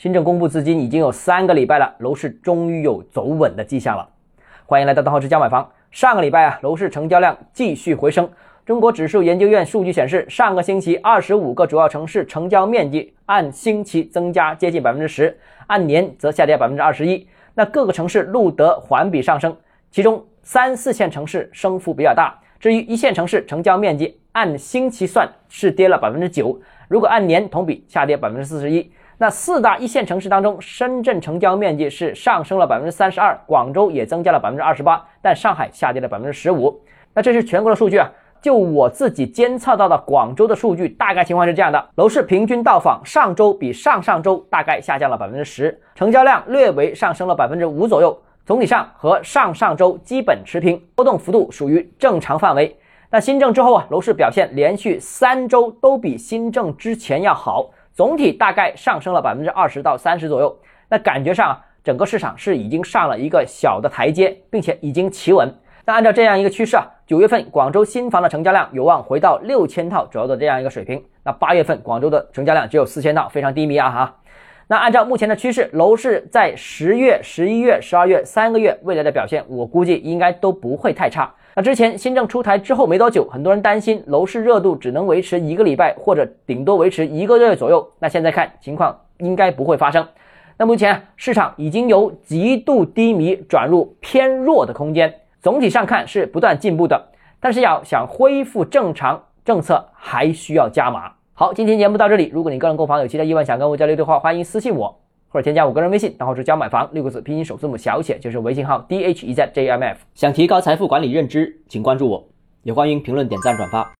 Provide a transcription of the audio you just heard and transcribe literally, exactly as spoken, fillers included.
新政公布至今已经有三个礼拜了，楼市终于有走稳的迹象了。欢迎来到邓浩之家买房。上个礼拜啊，楼市成交量继续回升。中国指数研究院数据显示，上个星期二十五个主要城市成交面积按星期增加接近 百分之十， 按年则下跌 百分之二十一。那各个城市录得环比上升，其中三四线城市升幅比较大。至于一线城市成交面积按星期算是跌了 百分之九， 如果按年同比下跌 百分之四十一。那四大一线城市当中，深圳成交面积是上升了 百分之三十二， 广州也增加了 百分之二十八， 但上海下跌了 百分之十五。 那这是全国的数据啊。就我自己监测到的广州的数据，大概情况是这样的：楼市平均到访上周比上上周大概下降了 百分之十， 成交量略微上升了 百分之五 左右，总体上和上上周基本持平，波动幅度属于正常范围。那新政之后啊，楼市表现连续三周都比新政之前要好，总体大概上升了 百分之二十到三十 左右。那感觉上啊，整个市场是已经上了一个小的台阶，并且已经企稳。那按照这样一个趋势啊，九月份广州新房的成交量有望回到六千套左右的这样一个水平。那八月份广州的成交量只有四千套，非常低迷啊哈。那按照目前的趋势，楼市在十月、十一月、十二月三个月未来的表现，我估计应该都不会太差。那之前新政出台之后没多久，很多人担心楼市热度只能维持一个礼拜，或者顶多维持一个月左右。那现在看情况应该不会发生。那目前市场已经由极度低迷转入偏弱的空间。总体上看是不断进步的，但是要想恢复正常，政策还需要加码。好，今天节目到这里。如果你个人购房有其他疑问想跟我交流的话，欢迎私信我或者添加我个人微信，账号是教买房六个字拼音首字母小写，就是微信号 D H E Z J M F。 想提高财富管理认知，请关注我，也欢迎评论点赞转发。